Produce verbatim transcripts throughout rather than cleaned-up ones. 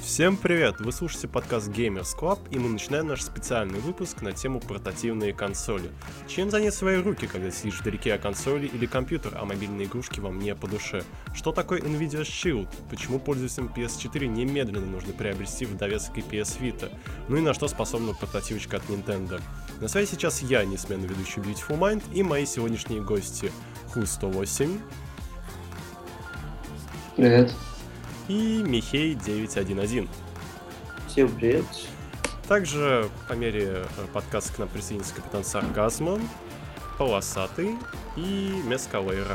Всем привет! Вы слушаете подкаст Gamers Club, и мы начинаем наш специальный выпуск на тему портативные консоли. Чем занять свои руки, когда сидишь вдалеке от консоли или компьютер, а мобильные игрушки вам не по душе? Что такое NVIDIA Shield? Почему пользователям пи эс четыре немедленно нужно приобрести в довесок и пи эс Vita? Ну и на что способна портативочка от Nintendo? На связи сейчас я, несменный ведущий Beautiful Mind, и мои сегодняшние гости Ху сто восемь. Привет. И Михей девятьсот одиннадцать. Всем привет. Также по мере подкаста к нам присоединится Капитан Сарказма, Полосатый и Мескалейра.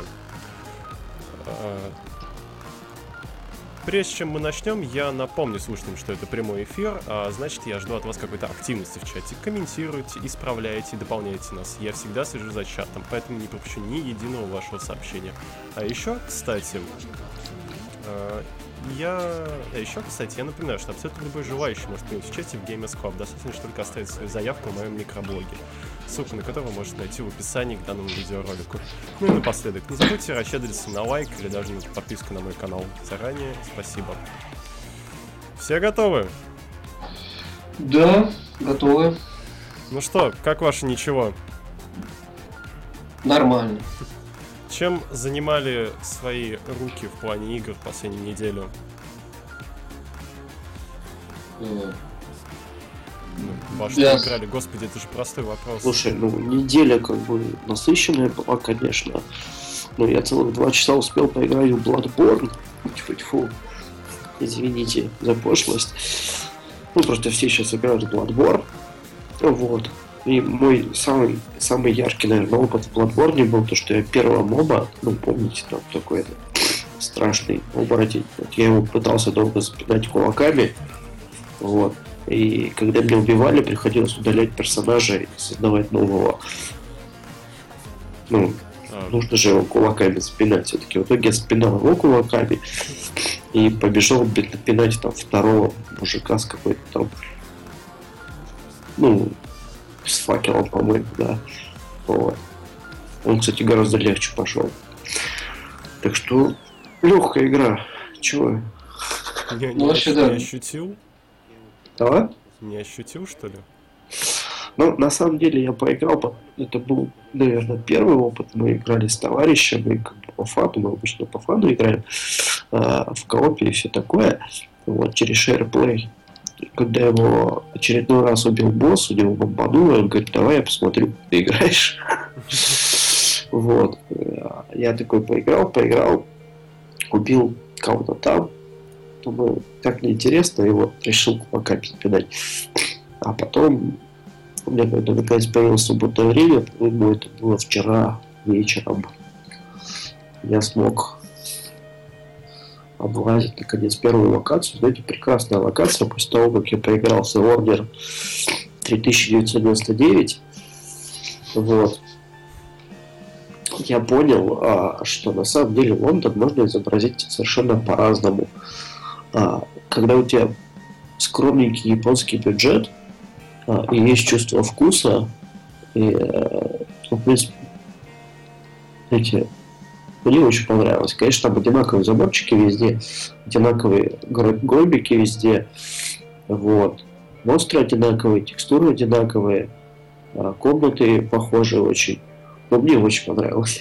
Прежде чем мы начнем, я напомню слушателям, что это прямой эфир, а значит, я жду от вас какой-то активности в чате. Комментируйте, исправляйте, дополняйте нас. Я всегда слежу за чатом, поэтому не пропущу ни единого вашего сообщения. А еще, кстати, Я... А еще, кстати, я напоминаю, что абсолютно любой желающий может принять участие в Gamers Club. Достаточно лишь только оставить свою заявку в моем микроблоге, ссылку на который вы можете найти в описании к данному видеоролику. Ну и напоследок, не забудьте расщедриться на лайк или даже на подписку на мой канал. Заранее спасибо. Все готовы? Да, готовы. Ну что, как ваше ничего? Нормально. Чем занимали свои руки в плане игр в последнюю неделю? Mm. Ну, во что Я... играли? Господи, это же простой вопрос. Слушай, ну неделя как бы насыщенная была, конечно. Но я целых два часа успел поиграть в Bloodborne. Тьфу-тьфу. Извините за пошлость. Ну просто все сейчас играют в Bloodborne. Вот. И мой самый, самый яркий, наверное, опыт в Bloodborne был то, что я первого моба, ну, помните, там такой страшный оборотень. Вот я его пытался долго запинать кулаками, вот. И когда меня убивали, приходилось удалять персонажа и создавать нового. Ну, а. нужно же его кулаками запинать все-таки. В итоге я спинал его кулаками и побежал пинать там второго мужика с какой-то там, ну, с факелом, по-моему, да. Вот. Он, кстати, гораздо легче пошел. Так что легкая игра. Чего? Не, не, вообще, не да. ощутил? Да? Не ощутил, что ли? Ну, на самом деле, я поиграл. Это был, наверное, первый опыт. Мы играли с товарищем, и как бы по фану, мы обычно по фану играем, а, в коопе и все такое. Вот, через SharePlay. Когда его очередной раз убил босс, у него бомбануло, он говорит, давай я посмотрю, как ты играешь. Вот. Я такой поиграл, поиграл, убил кого-то там. Думаю, так неинтересно, и вот решил кулаками запинать. А потом у меня когда наконец появилось свободное время, по-моему, это было вчера вечером. Я смог облазить наконец первую локацию. Знаете, прекрасная локация после того, как я поиграл в The Order три тысячи девятьсот девяносто девять. Вот. Я понял, а, что на самом деле Лондон можно изобразить совершенно по-разному. А, когда у тебя скромненький японский бюджет а, и есть чувство вкуса, и, а, в принципе, эти мне очень понравилось. Конечно, там одинаковые заборчики везде, одинаковые гробики везде, вот. Монстры одинаковые, текстуры одинаковые, комнаты похожие очень. Но мне очень понравилось.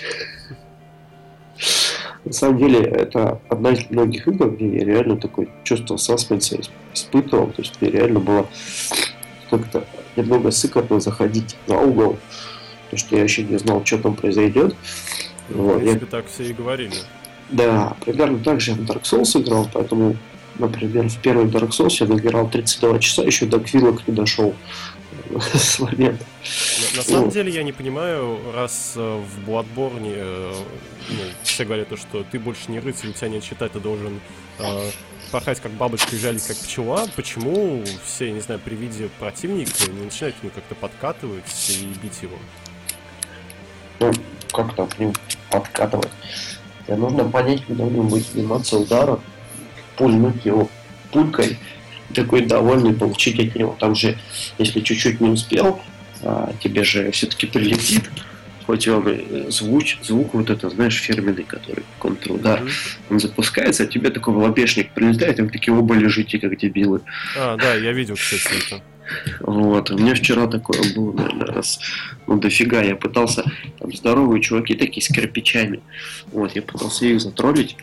На самом деле, это одна из многих игр, где я реально такое чувство саспенса испытывал. То есть мне реально было как-то немного сыкотно заходить на угол, потому что я еще не знал, что там произойдет. Вот, в принципе, я... так все и говорили. Да, примерно так же я в Dark Souls играл, поэтому, например, в первый Dark Souls я играл тридцать два часа, еще до квиллок не дошел с момента. На, на самом вот. деле я не понимаю, раз э, в Bloodborne э, ну, все говорят, что ты больше не рыцарь, у тебя нет щита, ты должен э, порхать как бабочка и жалить как пчела, почему все, не знаю, при виде противника не начинают ему как-то подкатывать и бить его? Ну, как там к ним подкатывать? Тебе нужно понять, когда у него будет анимация удара, пульнуть его пулькой, такой довольный, получить от него. Там же, если чуть-чуть не успел, а, тебе же все-таки прилетит. хоть он звуч, звук вот это, знаешь, фирменный, который контрудар, mm-hmm. он запускается, а тебе такой лобешник прилетает, и вы такие оба лежите, как дебилы. А, да, я видел, кстати, это. Вот, у меня вчера такое было, наверное, раз, ну, дофига, я пытался, там, здоровые чуваки такие с кирпичами, вот, я пытался их затроллить,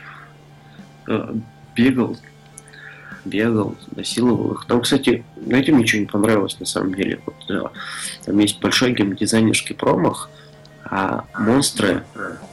бегал, бегал, насиловал их. Там, кстати, знаете, мне ничего не понравилось на самом деле. Вот, да, там есть большой геймдизайнерский промах, а монстры...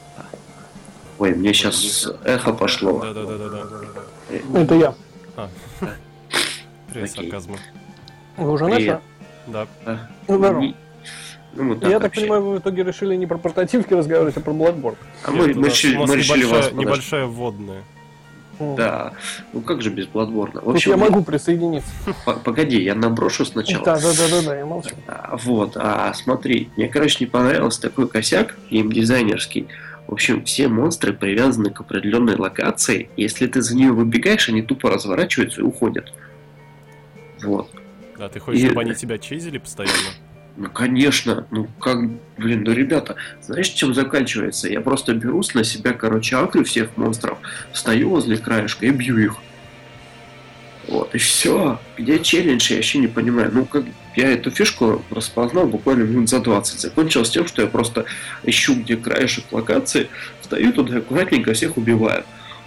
Ой, мне сейчас эхо пошло. Да-да-да. Это я. А. Привет, сарказма. Вы уже начали? Да. Ну, здорово. Ну, вот так я так вообще. понимаю, вы в итоге решили не про портативки разговаривать, а про Bloodborne. А мы, мы, решили, мы решили небольшая, вас небольшая вводная. Да, ну как же без Bloodborne? В общем, я могу присоединиться. Погоди, я наброшу сначала. Да, да, да, да, да, я молчу. А, вот, а смотри, мне, короче, не понравился такой косяк геймдизайнерский. В общем, все монстры привязаны к определенной локации. Если ты за нее выбегаешь, они тупо разворачиваются и уходят. Вот. Да, ты хочешь, и... чтобы они тебя чейзили постоянно? Ну, конечно. Ну, как, блин, ну, ребята, знаешь, чем заканчивается? Я просто берусь на себя, короче, аклю всех монстров, встаю возле краешка и бью их. Вот, и все. Где челлендж, я вообще не понимаю. Ну, как я эту фишку распознал буквально минут за двадцать. Закончилось тем, что я просто ищу, где краешек локации, встаю туда, аккуратненько всех убиваю.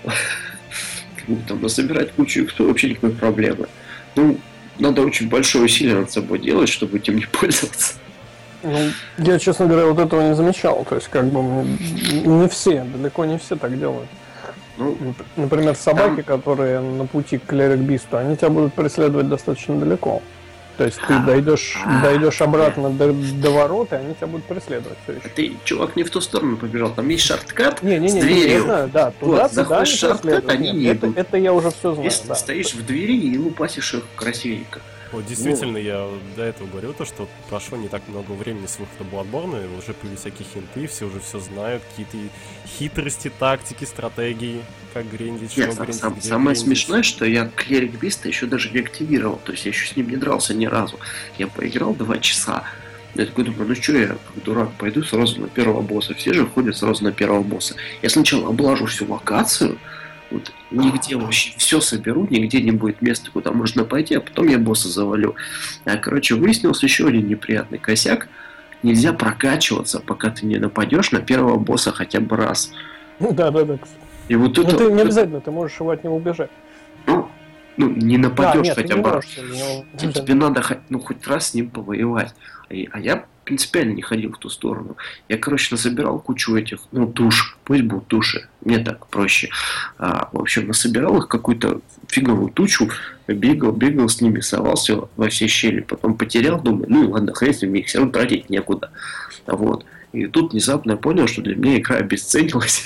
Ну, там, насобирать кучу экспо вообще никакой проблемы. Ну, надо очень большое усилие над собой делать, чтобы этим не пользоваться. Ну, я, честно говоря, вот этого не замечал. То есть, как бы, не все, далеко не все так делают. Ну, например, собаки, там... которые на пути к клерик-бисту, они тебя будут преследовать достаточно далеко. То есть ты дойдешь, дойдешь обратно до, до ворот, и они тебя будут преследовать. А ты, чувак, не в ту сторону побежал. Там есть шорткат не, не, не, с дверью. Не, я знаю, да, туда, вот, заходишь в шорткат, они не это, идут. Это я уже все знаю. Если да. ты стоишь в двери и лупасишь их красивенько. Вот действительно, вот. Я до этого говорил, то, что прошло не так много времени с выхода Bloodborne, и уже появились всякие хинты, все уже все знают, какие-то хитрости, тактики, стратегии, как гриндить, Нет, что гриндить, сам, где самое гриндить. смешное, что я клерик биста еще даже не активировал, то есть я еще с ним не дрался ни разу. Я поиграл два часа. Я такой думаю, ну что я, как дурак, пойду сразу на первого босса. Все же ходят сразу на первого босса. Я сначала облажу всю локацию, вот, нигде вообще все соберу, нигде не будет места, куда можно пойти, а потом я босса завалю. А, короче, выяснился еще один неприятный косяк. Нельзя прокачиваться, пока ты не нападешь на первого босса хотя бы раз. Ну да, да, да. И вот Но это, ты не обязательно, ты можешь его от него убежать. Ну, ну не нападешь да, нет, хотя бы раз. Тебе, тебе надо ну, хоть раз с ним повоевать. А я принципиально не ходил в ту сторону. Я, короче, насобирал кучу этих, ну, туш. Пусть будут туши. Мне так проще. А, в общем, насобирал их какую-то фиговую тучу, бегал, бегал с ними, совался во все щели. Потом потерял, думаю, ну ладно, хрен с ними, их все равно тратить некуда. Вот. И тут внезапно я понял, что для меня игра обесценилась.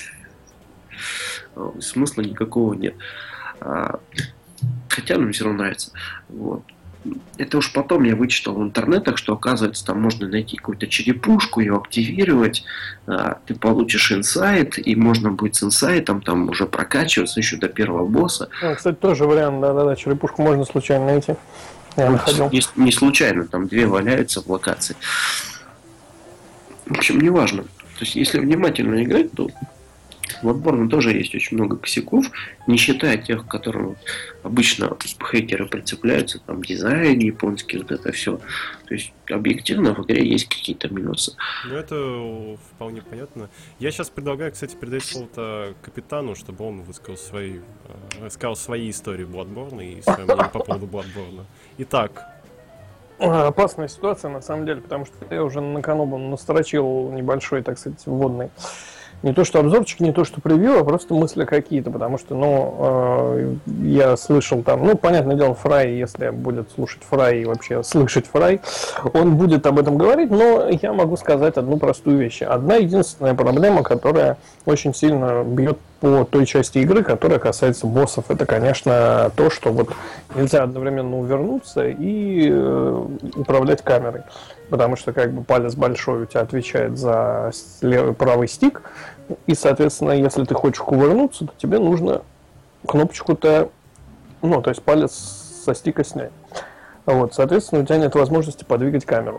Смысла никакого нет. А, хотя мне все равно нравится. Вот. Это уж потом я вычитал в интернетах, что оказывается там можно найти какую-то черепушку, ее активировать, а, ты получишь инсайт, и можно будет с инсайтом там уже прокачиваться еще до первого босса. Ну, кстати, тоже вариант, да-да-да, черепушку можно случайно найти. Я находил. Не, не случайно, там две валяются в локации. В общем, неважно. То есть, если внимательно играть, то в Bloodborne тоже есть очень много косяков, не считая тех, к которым обычно хейтеры прицепляются, там дизайн японский, вот это все. То есть объективно в игре есть какие-то минусы. Ну это вполне понятно. Я сейчас предлагаю, кстати, передать слово капитану, чтобы он высказал свои, рассказал свои истории Bloodborne и свое мнение по поводу Bloodborne. Итак. Опасная ситуация на самом деле, потому что я уже на канобу настрочил небольшой, так сказать, вводный. Не то что обзорчик, не то что превью, а просто мысли какие-то, потому что, ну, э, я слышал там, ну, понятное дело, Фрай, если будет слушать Фрай и вообще слышать Фрай, он будет об этом говорить, но я могу сказать одну простую вещь. Одна единственная проблема, которая очень сильно бьет по той части игры, которая касается боссов, это, конечно, то, что вот нельзя одновременно увернуться и э, управлять камерой. Потому что как бы палец большой у тебя отвечает за левый, правый стик, и, соответственно, если ты хочешь кувырнуться, то тебе нужно кнопочку-то, ну, то есть палец со стика снять. Вот, соответственно, у тебя нет возможности подвигать камеру.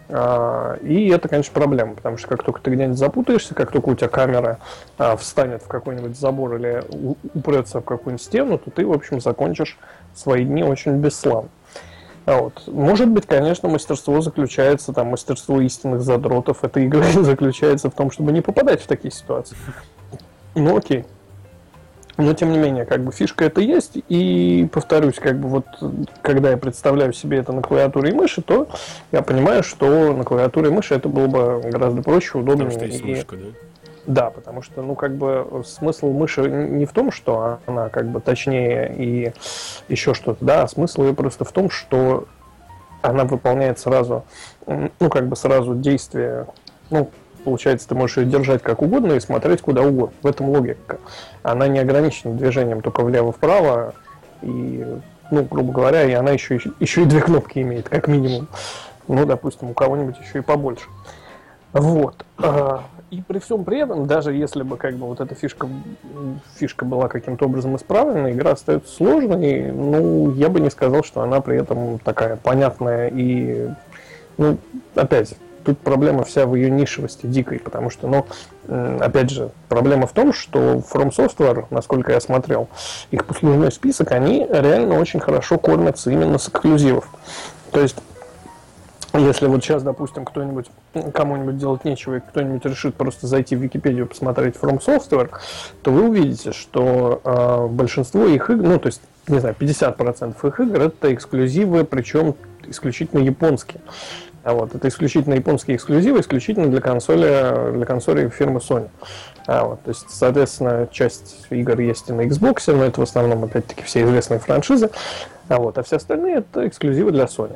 И это, конечно, проблема, потому что как только ты где-нибудь запутаешься, как только у тебя камера встанет в какой-нибудь забор или упрется в какую-нибудь стену, то ты, в общем, закончишь свои дни очень бесславно. Вот. Может быть, конечно, мастерство заключается, там, мастерство истинных задротов этой игры заключается в том, чтобы не попадать в такие ситуации. Ну окей. Но, тем не менее, как бы фишка это есть, и, повторюсь, как бы вот, когда я представляю себе это на клавиатуре и мыши, то я понимаю, что на клавиатуре и мыши это было бы гораздо проще, удобнее. Потому что есть и... мышка, да? Да, потому что, ну, как бы, смысл мыши не в том, что она, как бы, точнее и еще что-то, да, а смысл ее просто в том, что она выполняет сразу, ну, как бы, сразу действие, ну, получается, ты можешь ее держать как угодно и смотреть куда угодно. В этом логика. Она не ограничена движением только влево-вправо. И, ну, грубо говоря, и она еще, еще и две кнопки имеет, как минимум. Ну, допустим, у кого-нибудь еще и побольше. Вот. И при всем при этом, даже если бы как бы вот эта фишка, фишка была каким-то образом исправлена, игра остается сложной, ну, я бы не сказал, что она при этом такая понятная и, ну, опять, тут проблема вся в ее нишевости дикой, потому что, ну, опять же, проблема в том, что From Software, насколько я смотрел, их послужной список, они реально очень хорошо кормятся именно с эксклюзивов. То есть, если вот сейчас, допустим, кто-нибудь, кому-нибудь делать нечего, и кто-нибудь решит просто зайти в Википедию и посмотреть From Software, то вы увидите, что э, большинство их игр, ну, то есть, не знаю, пятьдесят процентов их игр это эксклюзивы, причем исключительно японские. А вот, это исключительно японские эксклюзивы, исключительно для консоли, для консоли фирмы Sony. А вот, то есть, соответственно, часть игр есть и на Xbox, но это в основном, опять-таки, все известные франшизы. А, вот, а все остальные это эксклюзивы для Sony.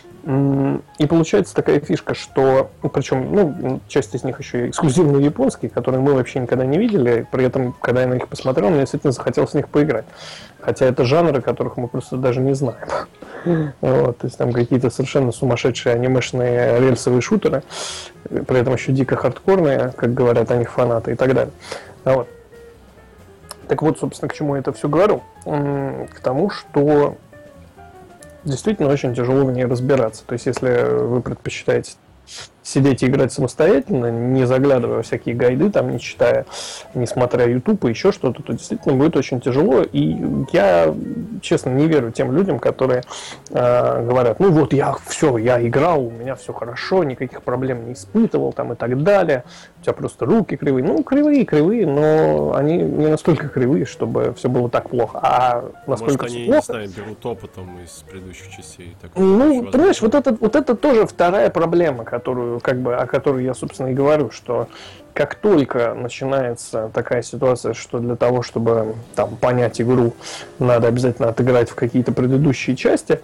И получается такая фишка, что, причем, ну, часть из них еще и эксклюзивные японские, которые мы вообще никогда не видели, при этом, когда я на них посмотрел, мне действительно захотелось в них поиграть. Хотя это жанры, которых мы просто даже не знаем. Вот, то есть там какие-то совершенно сумасшедшие анимешные рельсовые шутеры, при этом еще дико хардкорные, как говорят о них фанаты и так далее. Вот. Так вот, собственно, к чему я это все говорю? К тому, что действительно очень тяжело в ней разбираться. То есть, если вы предпочитаете сидеть и играть самостоятельно, не заглядывая во всякие гайды, там, не читая, не смотря YouTube и еще что-то, то действительно будет очень тяжело. И я, честно, не верю тем людям, которые э, говорят, ну вот я все, я играл, у меня все хорошо, никаких проблем не испытывал там, и так далее. У тебя просто руки кривые. Ну, кривые, кривые, но они не настолько кривые, чтобы все было так плохо. А насколько Может, они, плохо, не знаю, берут опытом из предыдущих частей. Так, ну, понимаешь, вот это, вот это тоже вторая проблема, которую, как бы, о которой я, собственно, и говорю, что как только начинается такая ситуация, что для того, чтобы там понять игру, надо обязательно отыграть в какие-то предыдущие части,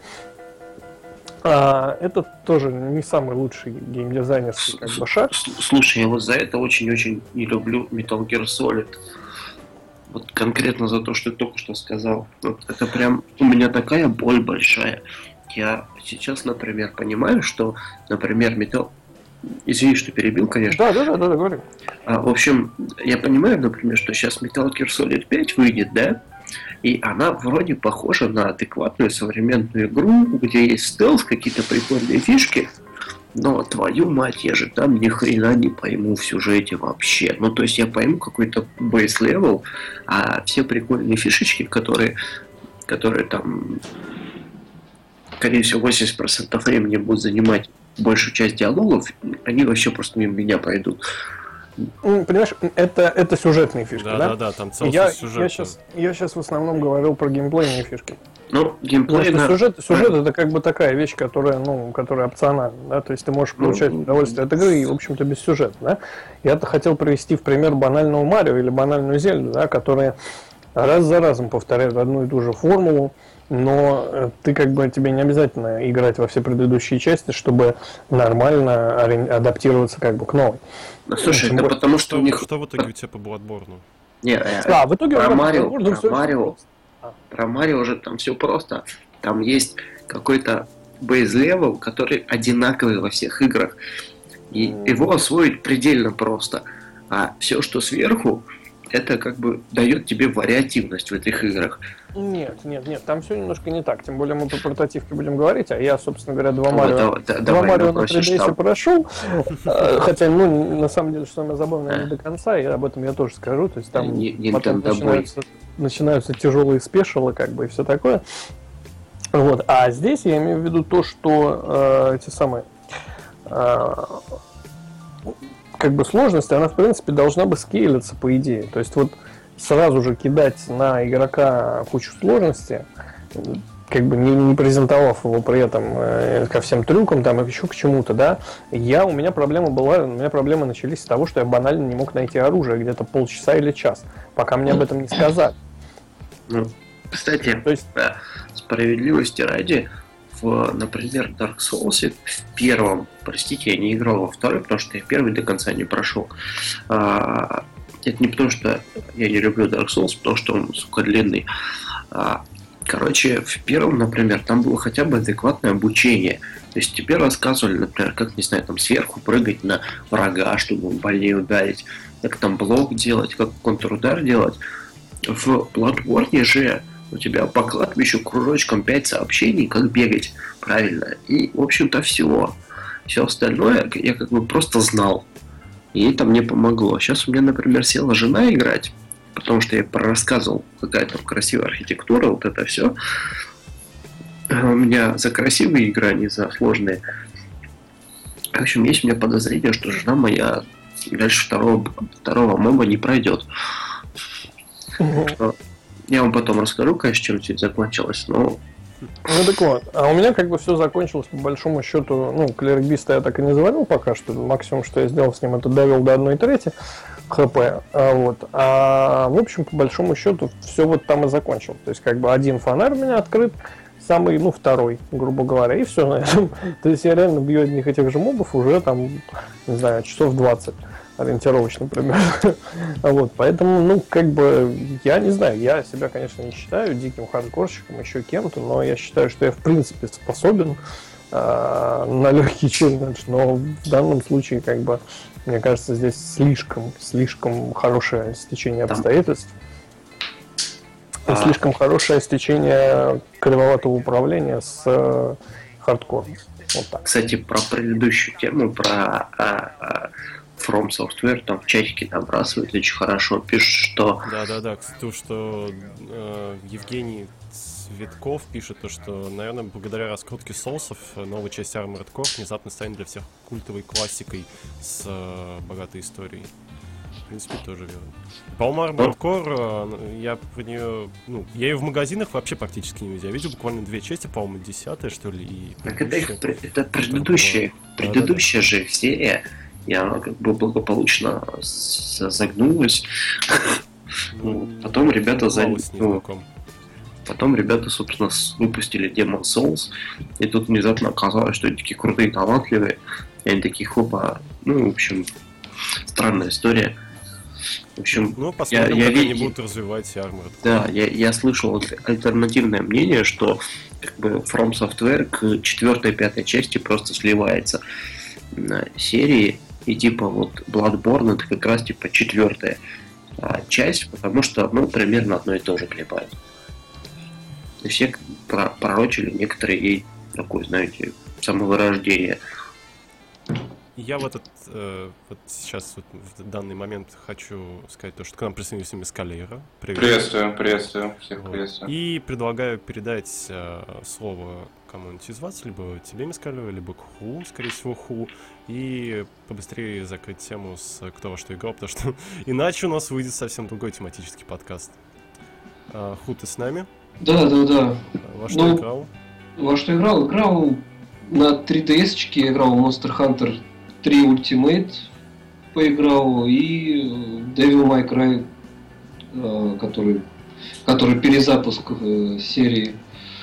а это тоже не самый лучший геймдизайнерский как бы шаг. Слушай, я вот за это очень-очень не люблю Metal Gear Solid. Вот конкретно за то, что ты только что сказал. Вот это прям у меня такая боль большая. Я сейчас, например, понимаю, что, например, Metal... Извини, что перебил, конечно. Да, да, да, да, да, говори. А, в общем, я понимаю, например, что сейчас Metal Gear Solid пять выйдет, да? И она вроде похожа на адекватную современную игру, где есть стелс, какие-то прикольные фишки. Но твою мать, я же там ни хрена не пойму в сюжете вообще. Ну, то есть я пойму какой-то бейс-левел, а все прикольные фишечки, которые, которые там, скорее всего, восемьдесят процентов времени будут занимать большую часть диалогов, они вообще просто мимо меня пройдут. Понимаешь, это, это сюжетные фишки, да? Да, да, да, там целый я, сюжет. Я сейчас, я сейчас в основном говорил про геймплейные фишки. Ну, геймплей... Потому что сюжет, сюжет это как бы такая вещь, которая, ну, которая опциональна, да, то есть ты можешь получать удовольствие от игры и, в общем-то, без сюжета, да. Я-то хотел привести в пример банального Марио или банальную Зельду, да, которые раз за разом повторяют одну и ту же формулу, но ты как бы, тебе не обязательно играть во все предыдущие части, чтобы нормально адаптироваться как бы к новой. Ну, слушай, это больше... потому что, что у них... Что в итоге у тебя по Bloodborne? Не, а, в итоге про Марио, Bloodborne про Марио, про Марио уже там все просто. Там есть какой-то бейс-левел, который одинаковый во всех играх. И mm. его освоить предельно просто. А все, что сверху, это как бы дает тебе вариативность в этих играх. Нет, нет, нет, там все немножко не так. Тем более мы по портативке будем говорить, а я, собственно говоря, два Марио, да, два Марио на три ди эс прошел. Хотя, ну, на самом деле, что самое забавное, не до конца, и об этом я тоже скажу. То есть там потом начинаются, начинаются тяжелые спешилы, как бы, и все такое. Вот. А здесь я имею в виду то, что э, эти самые э, как бы сложность, она в принципе должна бы скейлиться по идее. То есть вот сразу же кидать на игрока кучу сложности, как бы не, не презентовав его при этом э, ко всем трюкам там и еще к чему-то, да, я, у меня проблема была, у меня проблемы начались с того, что я банально не мог найти оружие где-то полчаса или час, пока мне об этом не сказали. Ну, кстати, то есть, да, справедливости ради, в, например, Dark Souls в первом, простите, я не играл во второй, потому что я первый до конца не прошел. А, это не потому, что я не люблю Dark Souls, потому что он, сука, длинный. А, короче, в первом, например, там было хотя бы адекватное обучение. То есть тебе рассказывали, например, как, не знаю, там сверху прыгать на врага, чтобы он больнее ударить, как там блок делать, как контрудар делать. В Bloodborne же у тебя по кладбищу кружочком пять сообщений, как бегать правильно. И, в общем-то, все. Все остальное я как бы просто знал. И это мне помогло. Сейчас у меня, например, села жена играть, потому что я рассказывал, какая там красивая архитектура, вот это все. У меня за красивые игры, а не за сложные. В общем, есть у меня подозрение, что жена моя дальше второго, второго моба не пройдет. Угу. Я вам потом расскажу, конечно, чем все это закончилось, но... Ну так вот, а у меня как бы все закончилось по большому счету, ну, Клерик Биста я так и не завалил пока что, максимум, что я сделал с ним, это довел до одной трети хп, а, вот, а в общем, по большому счету, все вот там и закончил, то есть как бы один фонарь у меня открыт, самый, ну, второй, грубо говоря, и все на этом, то есть я реально бью одних этих же мобов уже там, не знаю, часов двадцать. Ориентировочно примерно. Вот, поэтому, ну, как бы, я не знаю, я себя, конечно, не считаю диким хардкорщиком, еще кем-то, но я считаю, что я, в принципе, способен э, на легкий челлендж, но в данном случае, как бы, мне кажется, здесь слишком, слишком хорошее стечение обстоятельств, и слишком хорошее стечение кривоватого управления с э, хардкором. Вот так. Кстати, про предыдущую тему, про... А, а... From Software, там в чатике набрасывают очень хорошо, пишут, что... Да-да-да, то, что э, Евгений Цветков пишет, то, что, наверное, благодаря раскрутке соусов новая часть Armored Core внезапно станет для всех культовой классикой с э, богатой историей. В принципе, тоже верно. По-моему, Armored Core, я про нее... Ну, я ее в магазинах вообще практически не видел. Я видел буквально две части, по-моему, десятая, что ли, и... Так это, их, это предыдущая, предыдущая же серия. И она как бы благополучно загнулась. Ну, потом ребята заняли. Ну, потом ребята, собственно, выпустили Demon's Souls. И тут внезапно оказалось, что они такие крутые, талантливые. И они такие, хопа. Ну, в общем, странная история. В общем, ну, посмотрим, я, я, как я, они будут развивать Armored. Да, я, я слышал альтернативное мнение, что как бы From Software к четвертой и пятой части просто сливается на серии. И типа вот Bloodborne это как раз типа четвертая а, часть, потому что, ну, примерно одно и то же клепают. И все пророчили некоторые ей такое, знаете, самовырождение. Я в этот, э, вот сейчас, вот, в данный момент хочу сказать то, что к нам присоединился Мескалейра. Привет. Приветствую, приветствую, всех вот. Приветствую. И предлагаю передать э, слово кому-нибудь из вас, либо тебе, Мескалейра, либо Ху, скорее всего, Ху, и побыстрее закрыть тему с «Кто во что играл», потому что иначе у нас выйдет совсем другой тематический подкаст. Э, Ху, ты с нами? Да, да, да. Во что ну, играл? Во что играл? Играл на три ди эс-чике, играл в Monster Hunter три Ultimate, поиграл, и Devil May Cry, который, который перезапуск серии,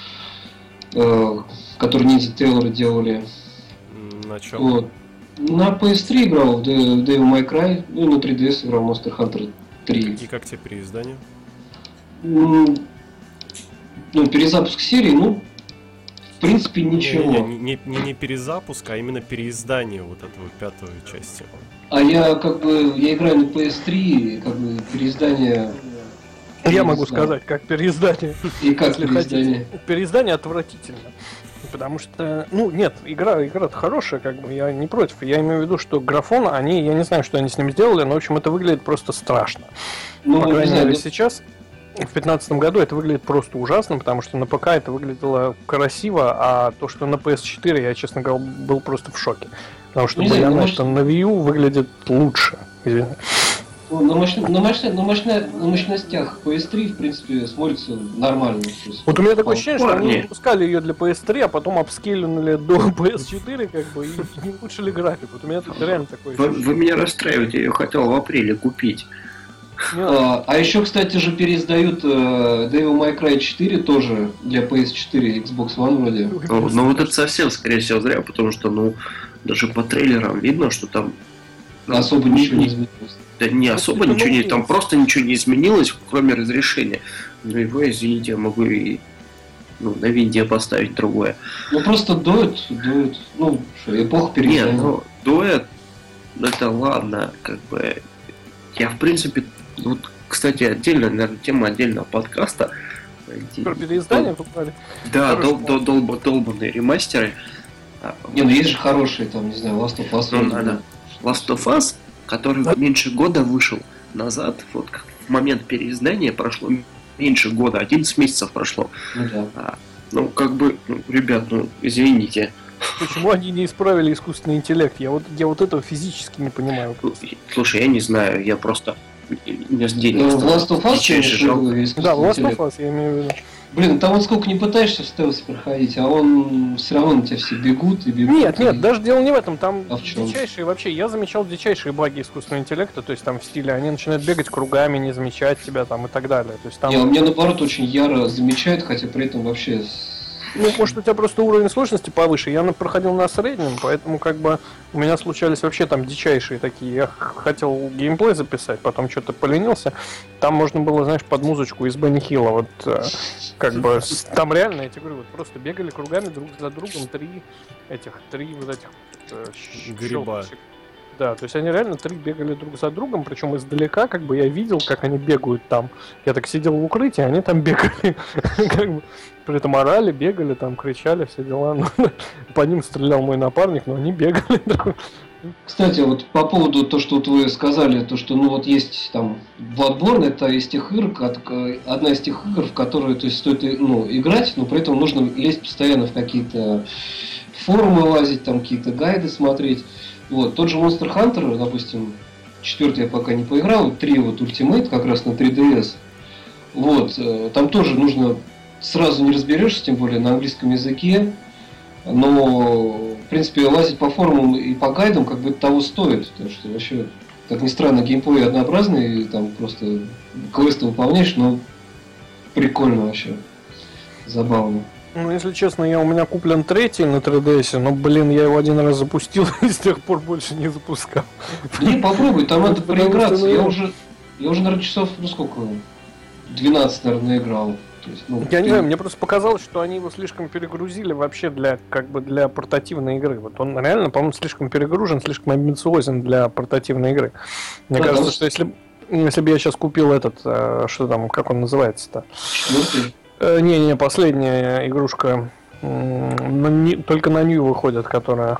который Ninja Taylor делали. На чем? Вот. На пи эс три играл в Devil May Cry, ну и на три ди эс играл в Monster Hunter три. И как тебе переиздание? Ну, перезапуск серии, ну, в принципе, ничего. Не, не, не, не, не перезапуск, а именно переиздание вот этого пятой части. А я как бы, я играю на пи эс три, как бы переиздание... Я могу сказать, как переиздание. И как переиздание? Переиздание отвратительно. Потому что, ну, нет, игра, игра-то хорошая, как бы, я не против. Я имею в виду, что графон, они, я не знаю, что они с ним сделали, но, в общем, это выглядит просто страшно. Ну, по крайней мере, сейчас, в две тысячи пятнадцатом году, это выглядит просто ужасно, потому что на ПК это выглядело красиво, а то, что на пи эс четыре, я, честно говоря, был просто в шоке. Потому что Bayonetta на Wii U выглядит лучше, извини. Ну, на, мощно, на, мощно, на, мощно, на мощностях пи эс три, в принципе, смотрится нормально. Вот у меня такое ощущение, что они выпускали ее для пи эс три, а потом апскейлили до пи эс четыре, как бы, и не улучшили графику. Вот у меня тут реально такое ощущение. Вы, вы меня расстраиваете, я ее хотел в апреле купить. А, а еще, кстати же, переиздают uh, Devil May Cry четыре тоже для пи эс четыре и Xbox One вроде. Ну, ну вот это совсем, скорее всего, зря, потому что, ну, даже по трейлерам видно, что там... Особо ничего не изменилось. Да не особо ничего не... Там просто ничего не изменилось, кроме разрешения. Ну его, извините, я могу и ну, на винде поставить другое. Ну просто дует, дует. Ну, что, эпоха переиздания. Нет, ну, дует, это ладно, как бы... Я, в принципе, вот, кстати, отдельно, наверное, тема отдельного подкаста. Про переиздание попали? Да, дол- дол- дол- долбанные ремастеры. Не, ну есть же хорошие, там, не знаю, Last of Us. Ну, надо. Last of Us, который да. меньше года вышел назад, вот в момент переиздания прошло меньше года, одиннадцать месяцев прошло. Ну, да. а, ну как бы, ну, ребят, ну извините. Почему они не исправили искусственный интеллект? Я вот, я вот этого физически не понимаю. Слушай, я не знаю, я просто... Ну, Last of Us, да, Last of Us, я имею в виду. Блин, там вот сколько не пытаешься в стелсе проходить, а он все равно на тебя все бегут и бегут. Нет, и... нет, даже дело не в этом, там а в чем? дичайшие вообще, я замечал дичайшие баги искусственного интеллекта, то есть там в стиле, они начинают бегать кругами, не замечать тебя там и так далее. То есть там... Не, у меня наоборот очень яро замечает, хотя при этом вообще... Ну, может, у тебя просто уровень сложности повыше. Я проходил на среднем, поэтому как бы у меня случались вообще там дичайшие такие. Я хотел геймплей записать, потом что-то поленился. Там можно было, знаешь, под музычку из Бенни Хилла. Вот как бы там реально, я тебе говорю, вот просто бегали кругами друг за другом три этих, три вот этих гриба. Да, то есть они реально три бегали друг за другом, причем издалека, как бы я видел, как они бегают там. Я так сидел в укрытии, они там бегали, как бы, при этом орали, бегали, там кричали, все дела. По ним стрелял мой напарник, но они бегали. Кстати, вот по поводу того, что вот вы сказали, то, что ну вот есть там Bloodborne, это из тех игр, одна из тех игр, в которые то есть, стоит ну, играть, но при этом нужно лезть постоянно в какие-то форумы лазить, там какие-то гайды смотреть. Вот, тот же Monster Hunter, допустим, четвертый я пока не поиграл, три вот Ultimate как раз на три ди эс. Вот, там тоже нужно, сразу не разберешься, тем более на английском языке, но, в принципе, лазить по форумам и по гайдам как бы того стоит, потому что вообще, как ни странно, геймплей однообразный, там просто квесты выполняешь, но прикольно вообще, забавно. Ну, если честно, я у меня куплен третий на три ди эс, но, блин, я его один раз запустил и с тех пор больше не запускал. Не, попробуй, там надо проиграться. Я уже, я уже, наверное, часов, ну сколько, двенадцать, наверное, играл. То есть, ну, я ты... не знаю, мне просто показалось, что они его слишком перегрузили вообще для, как бы, для портативной игры. Вот он реально, по-моему, слишком перегружен, слишком амбициозен для портативной игры. Мне да, кажется, да, что если, если бы я сейчас купил этот, что там, как он называется-то? Четвертый? Не-не, последняя игрушка на, не, только на New выходит, которая...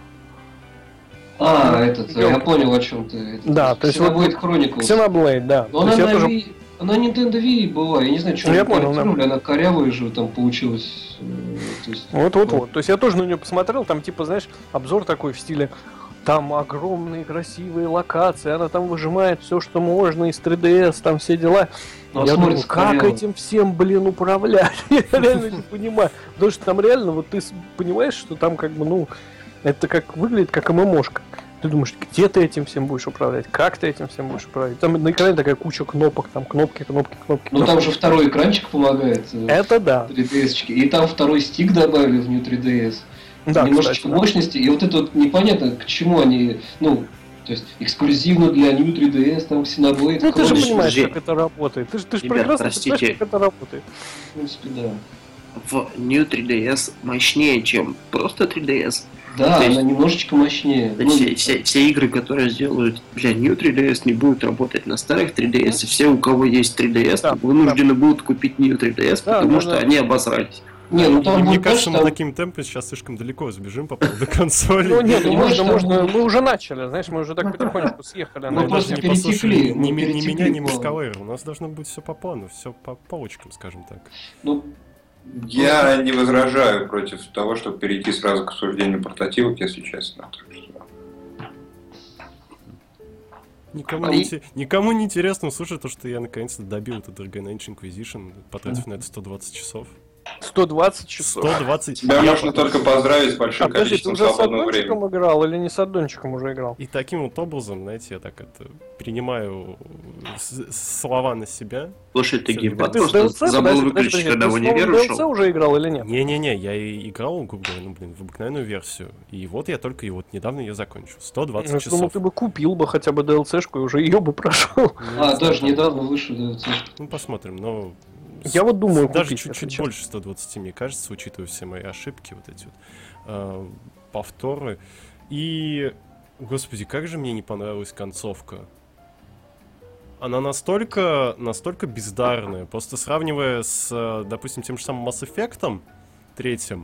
А, этот, я, я понял, о чем ты. Это, да, то есть... Xenoblade Chronicles. Xenoblade, да. Но она на, тоже... Wii, она Nintendo Wii была, я не знаю, что ну, она корректировали, она корявая же там получилась. Вот-вот-вот, есть... то есть я тоже на нее посмотрел, там типа, знаешь, обзор такой в стиле... Там огромные красивые локации, она там выжимает все, что можно из три ди эс, там все дела. Но я думаю, как коряво. Этим всем, блин, управлять? Я реально не понимаю. Потому что там реально, вот ты понимаешь, что там как бы, ну, это как выглядит как ММОшка. Ты думаешь, где ты этим всем будешь управлять? Как ты этим всем будешь управлять? Там на экране такая куча кнопок, там кнопки, кнопки, кнопки. Ну там же второй экранчик помогает. Это да. три ди эс-чики. И там второй стик добавили в New три ди эс. Да, немножечко кстати, мощности, да. И вот это вот непонятно, к чему они, ну, то есть эксклюзивно для New три ди эс, там, Xenoblade. Ну, ты же понимаешь, как это работает. Ты же, ты же Ребят, прекрасно простите. понимаешь, как это работает. В принципе, да. в New три ди эс мощнее, чем просто три ди эс. Да, То есть- она немножечко мощнее. Да Ну, все, все, все игры, которые сделают для New три ди эс, не будут работать на старых три ди эс, и все, у кого есть три ди эс, Да, вынуждены будут купить New три ди эс, Да, потому да, что да. они обосрались. Не, ну И там мне будет кажется, больше, мы там- таким темпом сейчас слишком далеко забежим по поводу консоли. Ну нет, ну Понимаешь, можно, там можно, будет- мы уже начали, знаешь, мы уже так потихонечку съехали. Ну, на просто это. Даже не послушали перетекли, ни, мы ми- ни перетекли меня, ни плавно. Мускавейра. У нас должно быть все по плану, все по полочкам, скажем так. ну, Я не возражаю против того, чтобы перейти сразу к обсуждению портативок, если честно. Так что- Никому, А не, и- те- никому не интересно услышать то, что я наконец-то добил этот Dragon Age Inquisition, потратив на это сто двадцать часов. сто двадцать часов. сто двадцать. Тебя Я можно потом- только поздравить с большим А подожди, ты количеством уже с свободного аддончиком времени. играл или не с аддончиком уже играл? И таким вот образом, знаете, я так это принимаю с- слова на себя. Слушай, ты Всё, геймпад Ты в просто ди эл си, забыл подожди, выключить, подожди, когда ты в снова универ в ди эл си ушел. уже играл или нет? Не-не-не, я и играл, грубо говоря, ну, блин, в обыкновенную версию. И вот я только и вот недавно ее закончил. сто двадцать Ну, я думал, часов. ты бы купил бы хотя бы ди эл си-шку и уже ее бы прошел. Ну, а, не знаю, даже там- недавно вышел, да, вот, Ну, посмотрим, но... Я вот думаю Даже купить, если чуть-чуть честно. больше сто двадцать, мне кажется, учитывая все мои ошибки, вот эти вот э, повторы. И, господи, как же мне не понравилась концовка. Она настолько, настолько бездарная. Просто сравнивая с, э, допустим, тем же самым Mass Effect третьим,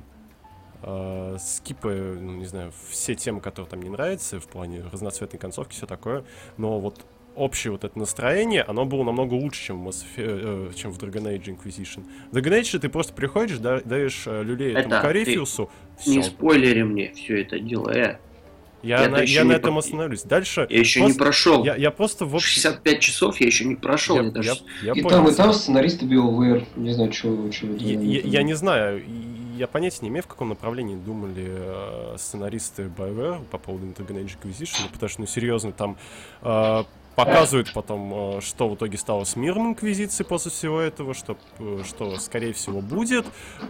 э, скипая, ну, не знаю, все темы, которые там не нравятся, в плане разноцветной концовки, все такое, но вот общее вот это настроение, оно было намного лучше, чем в, Mass Effect, э, чем в Dragon Age Inquisition. В Dragon Age ты просто приходишь, да, даешь э, люлей этому Это Корифиусу, Не все. спойлери мне все это дело, э. Я, я-то на, еще я не на этом по- остановлюсь. Дальше... Я еще просто- не прошел. Я, я просто в общем... шестьдесят пять часов я еще не прошел. Я, я даже... я- я И понял. там, и там сценаристы BioWare, не знаю, что... Я, я- я не знаю, и я понятия не имею, в каком направлении думали э, сценаристы BioWare по поводу Dragon Age Inquisition, потому что, ну, серьезно, там э, показывают потом, э, что в итоге стало с миром Инквизиции после всего этого, что, э, что скорее всего, будет.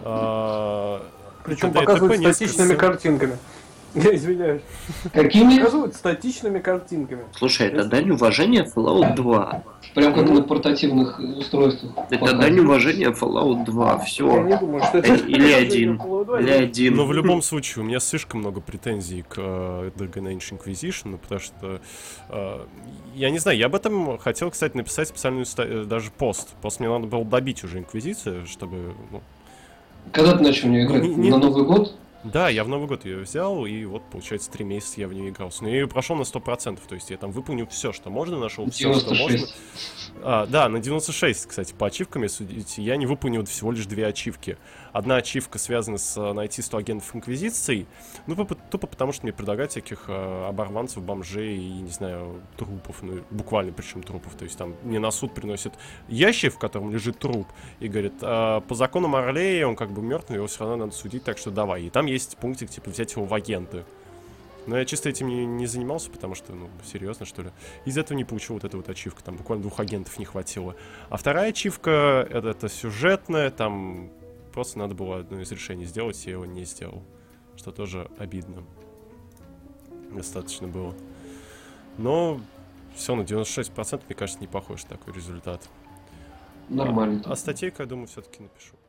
Э, Причем ТД, показывают ТП, несколько статичными сцен. картинками. Я извиняюсь. Какими? Показывают статичными картинками. Слушай, это дань уважения Fallout два. Прям как на портативных устройствах. Это показывают. дань уважения Fallout два. Я Все. не думаю, что это... Или один. Или один. Но в любом случае, у меня слишком много претензий к э, Dragon Age Inquisition, ну, потому что, э, я не знаю, я об этом хотел, кстати, написать специальную ста- э, даже пост. Просто мне надо было добить уже Инквизицию, чтобы... Ну, Когда ты начал в нее играть? Не- не- На Новый год? да, я в Новый год ее взял, и вот, получается, три месяца я в нее игрался. Но я ее прошел на сто процентов, то есть я там выполнил все, что можно, нашел все, что девяносто можно. шесть. А, да, на девяносто шесть, кстати, по ачивкам, если судить, я не выполнил всего лишь две ачивки. Одна ачивка связана с а, найти сто агентов Инквизиции, ну, тупо, тупо потому, что мне предлагают всяких а, оборванцев, бомжей и, не знаю, трупов, ну, буквально причем трупов, то есть там мне на суд приносят ящик, в котором лежит труп, и говорят, а, по закону Марлея он как бы мертвый, его все равно надо судить, так что давай. И там есть пунктик, типа, взять его в агенты. Но я чисто этим не, не занимался, потому что, ну, серьезно, что ли. Из этого не получил вот эту вот ачивку, там буквально двух агентов не хватило. А вторая ачивка, это, это сюжетная, там просто надо было одно из решений сделать, я его не сделал. Что тоже обидно. Достаточно было. Но все, на девяносто шесть процентов, мне кажется, не похож такой результат. Нормально. А, а статейку, я думаю, все-таки напишу.